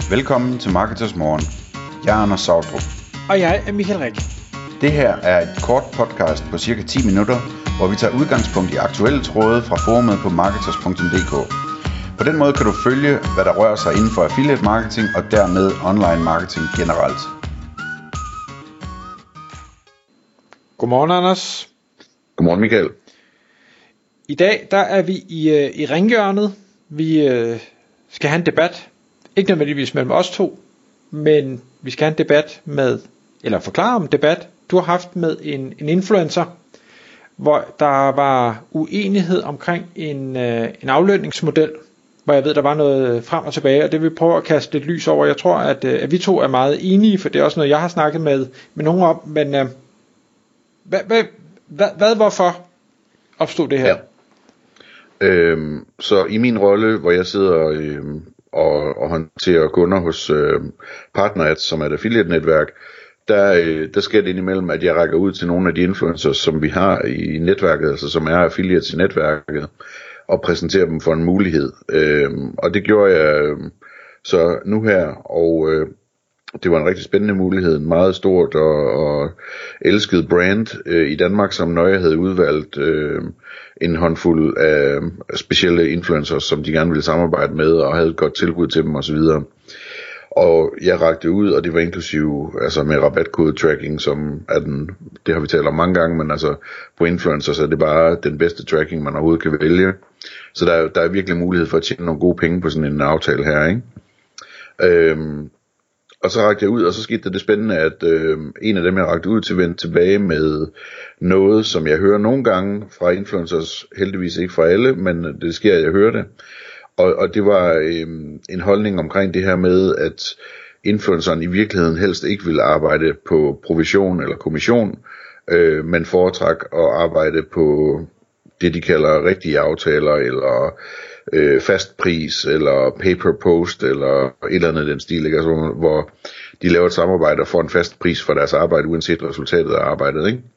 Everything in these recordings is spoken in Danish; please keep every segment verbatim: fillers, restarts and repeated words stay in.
Velkommen til Marketers Morgen. Jeg er Anders Sautrup. Og jeg er Michael Rik. Det her er et kort podcast på cirka ti minutter, hvor vi tager udgangspunkt i aktuelle tråde fra forumet på marketers punktum d k. På den måde kan du følge, hvad der rører sig inden for affiliate marketing og dermed online marketing generelt. Godmorgen, Anders. Godmorgen, Michael. I dag der er vi i, øh, i ringhjørnet. Vi øh, skal have en debat. Ikke nødvendigvis mellem os to, men vi skal have en debat med, eller forklare om debat, du har haft med en, en influencer, hvor der var uenighed omkring en, øh, en aflønningsmodel, hvor jeg ved, der var noget frem og tilbage, og det vil vi prøve at kaste lidt lys over. Jeg tror, at, øh, at vi to er meget enige, for det er også noget, jeg har snakket med, med nogen om, men øh, hvad, hvad, hvad, hvad, hvorfor opstod det her? Ja. Øhm, så i min rolle, hvor jeg sidder øhm, og, og håndterer kunder hos øhm, PartnerAds, som er et affiliate-netværk, der, øh, der sker det indimellem, at jeg rækker ud til nogle af de influencers, som vi har i netværket, altså som er affiliates i netværket, og præsenterer dem for en mulighed. Øhm, og det gjorde jeg øh, så nu her, og øh, det var en rigtig spændende mulighed, en meget stort og, og elsket brand øh, i Danmark, som nøje havde udvalgt øh, en håndfuld af specielle influencers, som de gerne ville samarbejde med, og havde et godt tilbud til dem osv. Og jeg rakte ud, og det var inklusive altså med rabatkode tracking, som er den, det har vi talt om mange gange, men altså på influencers er det bare den bedste tracking, man overhovedet kan vælge. Så der, der er virkelig mulighed for at tjene nogle gode penge på sådan en aftale her, ikke? Øhm, Og så rakte jeg ud, og så skete det det spændende, at øh, en af dem, jeg rakte ud til, vendte tilbage med noget, som jeg hører nogle gange fra influencers, heldigvis ikke fra alle, men det sker, at jeg hører det. Og, og det var øh, en holdning omkring det her med, at influenceren i virkeligheden helst ikke ville arbejde på provision eller kommission, øh, men foretræk at arbejde på det, de kalder rigtige aftaler, eller øh, fast pris, eller pay per post, eller et eller andet den stil, ikke? Altså, hvor de laver et samarbejde og får en fast pris for deres arbejde, uanset resultatet af arbejdet, ikke?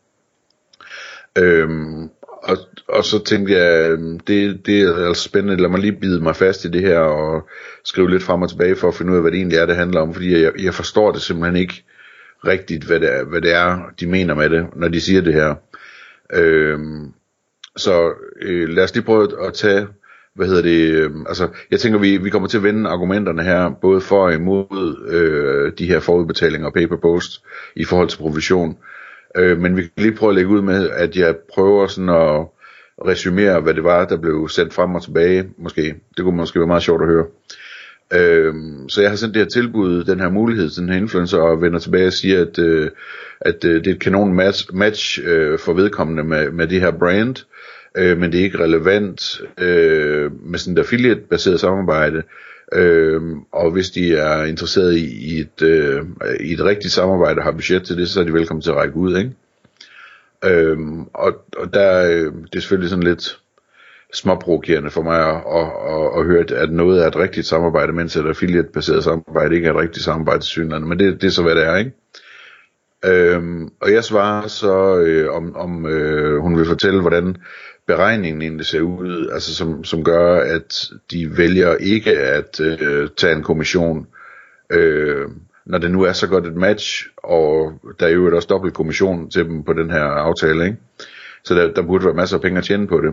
Øhm, og, og så tænkte jeg, det, det er altså spændende, lad mig lige bide mig fast i det her, og skrive lidt frem og tilbage, for at finde ud af, hvad det egentlig er, det handler om, fordi jeg, jeg forstår det simpelthen ikke rigtigt, hvad det er, hvad det er, de mener med det, når de siger det her. Øhm, så øh, lad os lige prøve at tage, hvad hedder det, øh, altså jeg tænker vi, vi kommer til at vende argumenterne her, både for og imod øh, de her forudbetalinger og pay per post i forhold til provision, øh, men vi kan lige prøve at lægge ud med, at jeg prøver sådan at resumere, hvad det var, der blev sendt frem og tilbage, måske, det kunne måske være meget sjovt at høre. Øh, så jeg har sendt det her tilbud, den her mulighed til den her influencer, og vender tilbage og siger, at, øh, at øh, det er et kanon match, match øh, for vedkommende med, med det her brand, øh, men det er ikke relevant øh, med sådan et affiliate-baseret samarbejde, øh, og hvis de er interesseret i, i, et, øh, i et rigtigt samarbejde og har budget til det, så er de velkommen til at række ud, ikke? Øh, og, og der, det er selvfølgelig sådan lidt småprovokerende for mig at, at, at, at høre, at noget er et rigtigt samarbejde, mens et affiliate-baseret samarbejde ikke er et rigtigt samarbejde til synligheden, men det, det er så hvad det er, ikke? Øhm, og jeg svarer så øh, om, om øh, hun vil fortælle, hvordan beregningen egentlig ser ud, altså som, som gør, at de vælger ikke at øh, tage en kommission, øh, når det nu er så godt et match, og der er jo også dobbelt kommission til dem på den her aftale, ikke? Så der, der burde være masser af penge at tjene på det.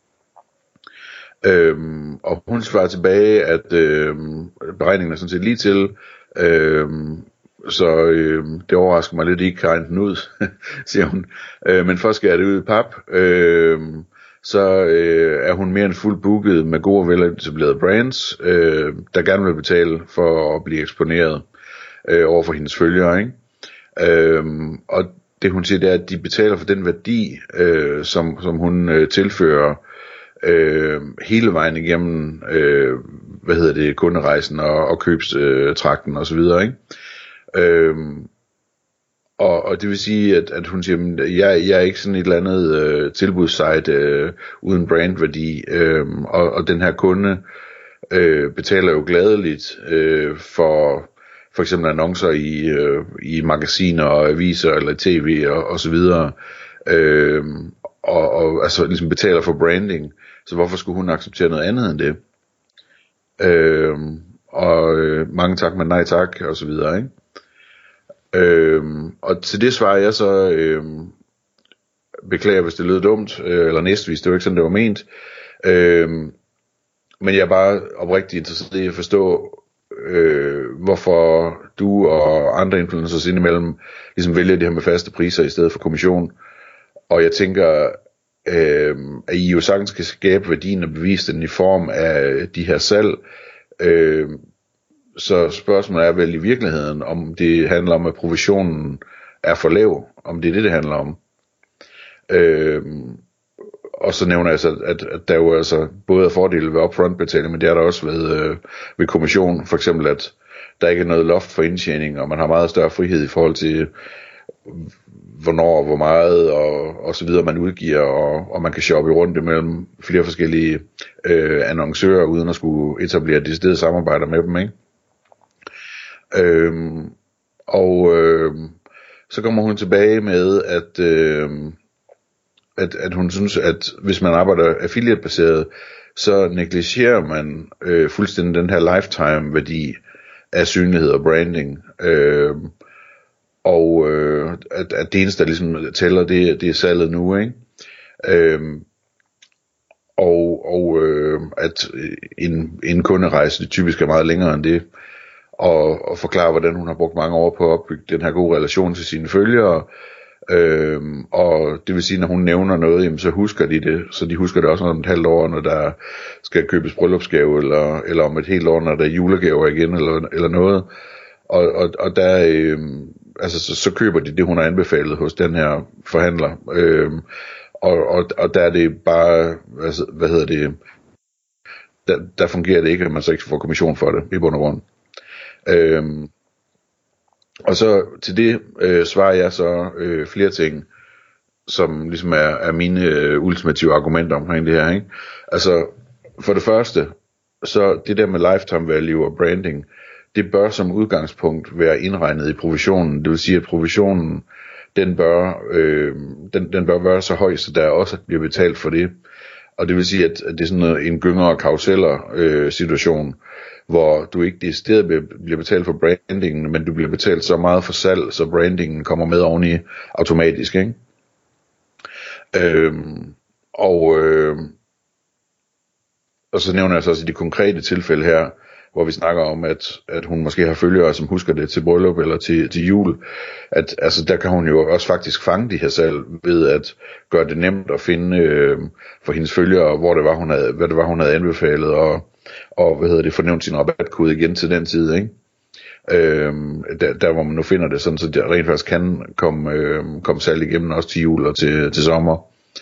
Øhm, og hun svarer tilbage, at øhm, beregningen er sådan set lige til, øhm, så øhm, det overrasker mig lidt, ikke kan regne den ud, siger hun. Øh, men først skal jeg det ud i pap, øhm, så øh, er hun mere end fuldt booket med gode og veletablerede brands, øh, der gerne vil betale for at blive eksponeret øh, over for hendes følgere, ikke? Øhm, og det hun siger, det er, at de betaler for den værdi, øh, som, som hun øh, tilfører Øh, hele vejen igennem øh, hvad hedder det, kunderejsen og, og købstrakten øh, og så videre, ikke? Øh, og, og det vil sige, at, at hun siger, at jeg, jeg er ikke sådan et eller andet øh, tilbudssite øh, uden brandværdi, øh, og, og den her kunde øh, betaler jo gladeligt øh, for for eksempel annoncer i, øh, i magasiner og aviser eller tv og, og så videre, øh, og, og altså ligesom betaler for branding. Så hvorfor skulle hun acceptere noget andet end det? Øh, og øh, mange tak, men nej tak, og så videre, ikke? Øhm, og til det svarer jeg så, øh, beklager hvis det lød dumt, øh, eller næstvis, det var ikke sådan det var ment, øh, men jeg er bare oprigtigt interesseret i at forstå, øh, hvorfor du og andre influencers indimellem ligesom vælger det her med faste priser i stedet for kommission. Og jeg tænker, øh, at I jo sagtens skal skabe værdien og bevise den i form af de her salg. Øh, så spørgsmålet er vel i virkeligheden, om det handler om, at provisionen er for lav, om det er det, det handler om. Øh, og så nævner jeg så, at, at der jo altså både er fordele ved upfront betaling, men det er der også ved, øh, ved kommission. For eksempel, at der ikke er noget loft for indtjening, og man har meget større frihed i forhold til, hvornår, hvor meget, og, og så videre man udgiver, og, og man kan shoppe rundt imellem flere forskellige øh, annoncører, uden at skulle etablere deciderede samarbejder med dem, ikke? Øhm, og øh, så kommer hun tilbage med, at, øh, at, at hun synes, at hvis man arbejder affiliate-baseret, så negligerer man øh, fuldstændig den her lifetime-værdi af synlighed og branding, øh, og øh, at, at det eneste, der ligesom tæller, det, det er salget nu, ikke? Øh, og og øh, at en, en kunderejse det typisk er meget længere end det, og, og forklare, hvordan hun har brugt mange år på at opbygge den her gode relation til sine følgere. Øhm, og det vil sige, når hun nævner noget, jamen, så husker de det, så de husker det også om et halvt år, når der skal købes bryllupsgave, eller, eller om et helt år, når der er julegaver igen, eller, eller noget. Og, og, og der, øhm, altså, så, så køber de det, hun har anbefalet hos den her forhandler. Øhm, og, og, og der er det bare, altså, hvad hedder det, der, der fungerer det ikke, at man så ikke får kommission for det, i bund og grund. Øhm, og så til det øh, svarer jeg så øh, flere ting, som ligesom er, er mine øh, ultimative argumenter omkring det her, ikke? Altså, for det første, så det der med lifetime value og branding, det bør som udgangspunkt være indregnet i provisionen. Det vil sige, at provisionen, den bør, øh, den, den bør være så høj, så der også bliver betalt for det. Og det vil sige, at, at det er sådan en gynger og karuseller øh, situation, hvor du ikke decideret bliver betalt for brandingen, men du bliver betalt så meget for salg, så brandingen kommer med oveni automatisk, ikke? Øhm, og, øh, og så nævner jeg så også i de konkrete tilfælde her, hvor vi snakker om, at, at hun måske har følgere, som husker det til bryllup eller til, til jul, at altså, der kan hun jo også faktisk fange de her salg ved at gøre det nemt at finde øh, for hendes følgere, hvor det var, hun havde, hvad det var, hun havde anbefalet, og, og hvad hedder det, fornævnt sin rabatkode igen til den tid, ikke? Øhm, der, der hvor man nu finder det, sådan så det rent faktisk kan komme, øh, komme salg igennem også til jul og til, til sommer.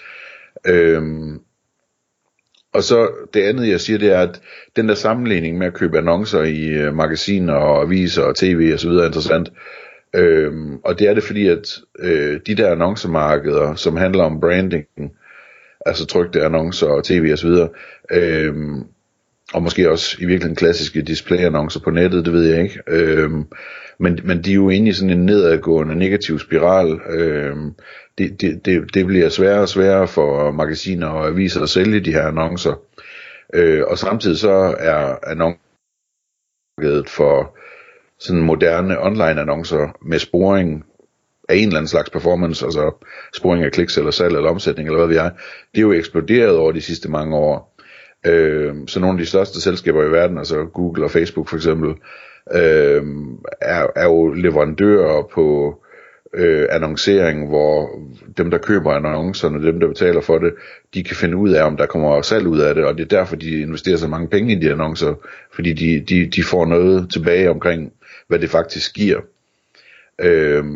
Øhm, Og så det andet jeg siger, det er, at den der sammenligning med at købe annoncer i uh, magasiner og aviser og tv og så videre er interessant. Øhm, og det er det fordi, at øh, de der annoncemarkeder, som handler om branding, altså trykte annoncer og tv og så videre, øhm, og måske også i virkeligheden klassiske display-annoncer på nettet, det ved jeg ikke. Øhm, men, men de er jo inde i sådan en nedadgående negativ spiral. Øhm, det, det, det, det bliver sværere og sværere for magasiner og aviser at sælge de her annoncer. Øh, og samtidig så er annoncemarkedet for sådan moderne online annoncer med sporing af en eller anden slags performance, altså sporing af kliks eller salg eller omsætning eller hvad vi er, det er jo eksploderet over de sidste mange år. Øh, så nogle af de største selskaber i verden, altså Google og Facebook for eksempel, øh, er, er jo leverandører på øh, annoncering, hvor dem der køber annoncerne, dem der betaler for det, de kan finde ud af, om der kommer salg ud af det, og det er derfor de investerer så mange penge i de annoncer, fordi de, de, de får noget tilbage omkring, hvad det faktisk giver. Øh,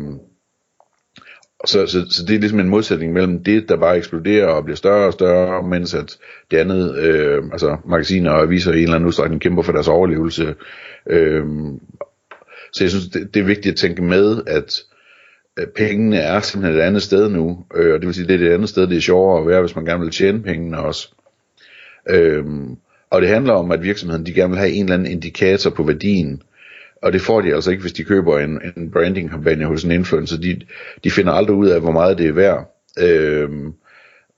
Så, så, så det er ligesom en modsætning mellem det, der bare eksploderer og bliver større og større, mens at det andet, øh, altså magasiner og aviser i en eller anden udstrækning kæmper for deres overlevelse. Øh, så jeg synes, det, det er vigtigt at tænke med, at, at pengene er simpelthen et andet sted nu, øh, og det vil sige, det er det andet sted, det er sjovere at være, hvis man gerne vil tjene pengene også. Øh, og det handler om, at virksomheden, de gerne vil have en eller anden indikator på værdien. Og det får de altså ikke, hvis de køber en, en branding-kampagne hos en influencer. De, de finder aldrig ud af, hvor meget det er værd. Øhm,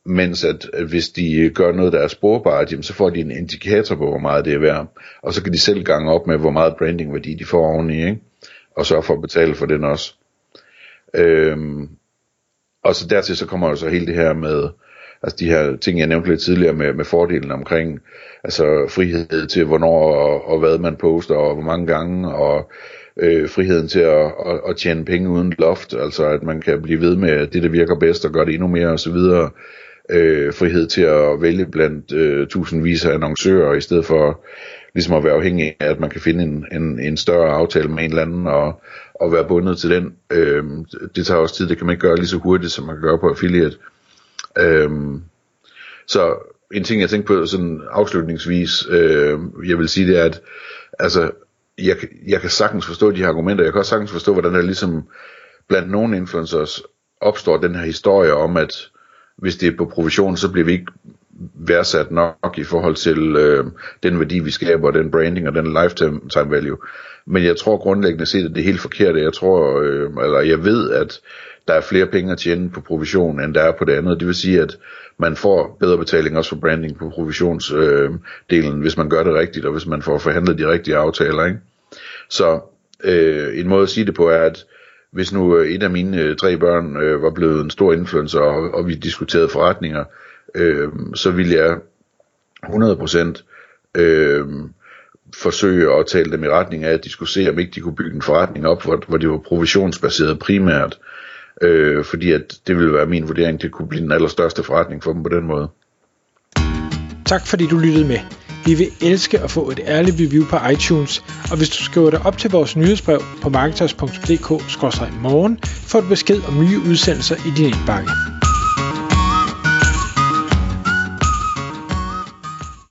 mens at, at hvis de gør noget, der er sporbart, jamen, så får de en indikator på, hvor meget det er værd, og så kan de selv gange op med, hvor meget brandingværdi de får oveni, ikke? Og så for at betale for den også. Øhm, og så dertil så kommer jo så hele det her med, altså de her ting, jeg nævnte lidt tidligere med, med fordelen omkring, altså frihed til hvornår og, og hvad man poster, og hvor mange gange, og øh, friheden til at, at, at tjene penge uden loft, altså at man kan blive ved med det, der virker bedst, og gøre det endnu mere osv., øh, frihed til at vælge blandt øh, tusindvis af annoncører, i stedet for ligesom at være afhængig af, at man kan finde en, en, en større aftale med en eller anden, og, og være bundet til den. Øh, det tager også tid, det kan man ikke gøre lige så hurtigt, som man kan gøre på affiliate. Øh, så en ting, jeg tænker på sådan afslutningsvis, øh, jeg vil sige, det er, at altså, jeg, jeg kan sagtens forstå de her argumenter, jeg kan også sagtens forstå, hvordan der ligesom blandt nogle influencers opstår den her historie om, at hvis det er på provision, så bliver vi ikke værdsat nok i forhold til øh, den værdi, vi skaber, og den branding og den lifetime value. Men jeg tror grundlæggende set, at det er helt forkert. Jeg tror, øh, eller jeg ved, at der er flere penge at tjene på provision, end der er på det andet. Det vil sige, at man får bedre betaling også for branding på provisionsdelen, øh, hvis man gør det rigtigt, og hvis man får forhandlet de rigtige aftaler, ikke? Så øh, en måde at sige det på er, at hvis nu et af mine øh, tre børn øh, var blevet en stor influencer, og, og vi diskuterede forretninger, øh, så ville jeg hundrede procent øh, forsøge at tale dem i retning af, at de skulle se, om ikke de kunne bygge en forretning op, hvor, hvor det var provisionsbaseret primært, øh, fordi at det ville være min vurdering, det kunne blive den allerstørste forretning for dem på den måde. Tak fordi du lyttede med. Vi vil elske at få et ærligt review på iTunes, og hvis du skriver dig op til vores nyhedsbrev på marketers punktum d k skråstreg morgen, får du besked om nye udsendelser i din indbakke.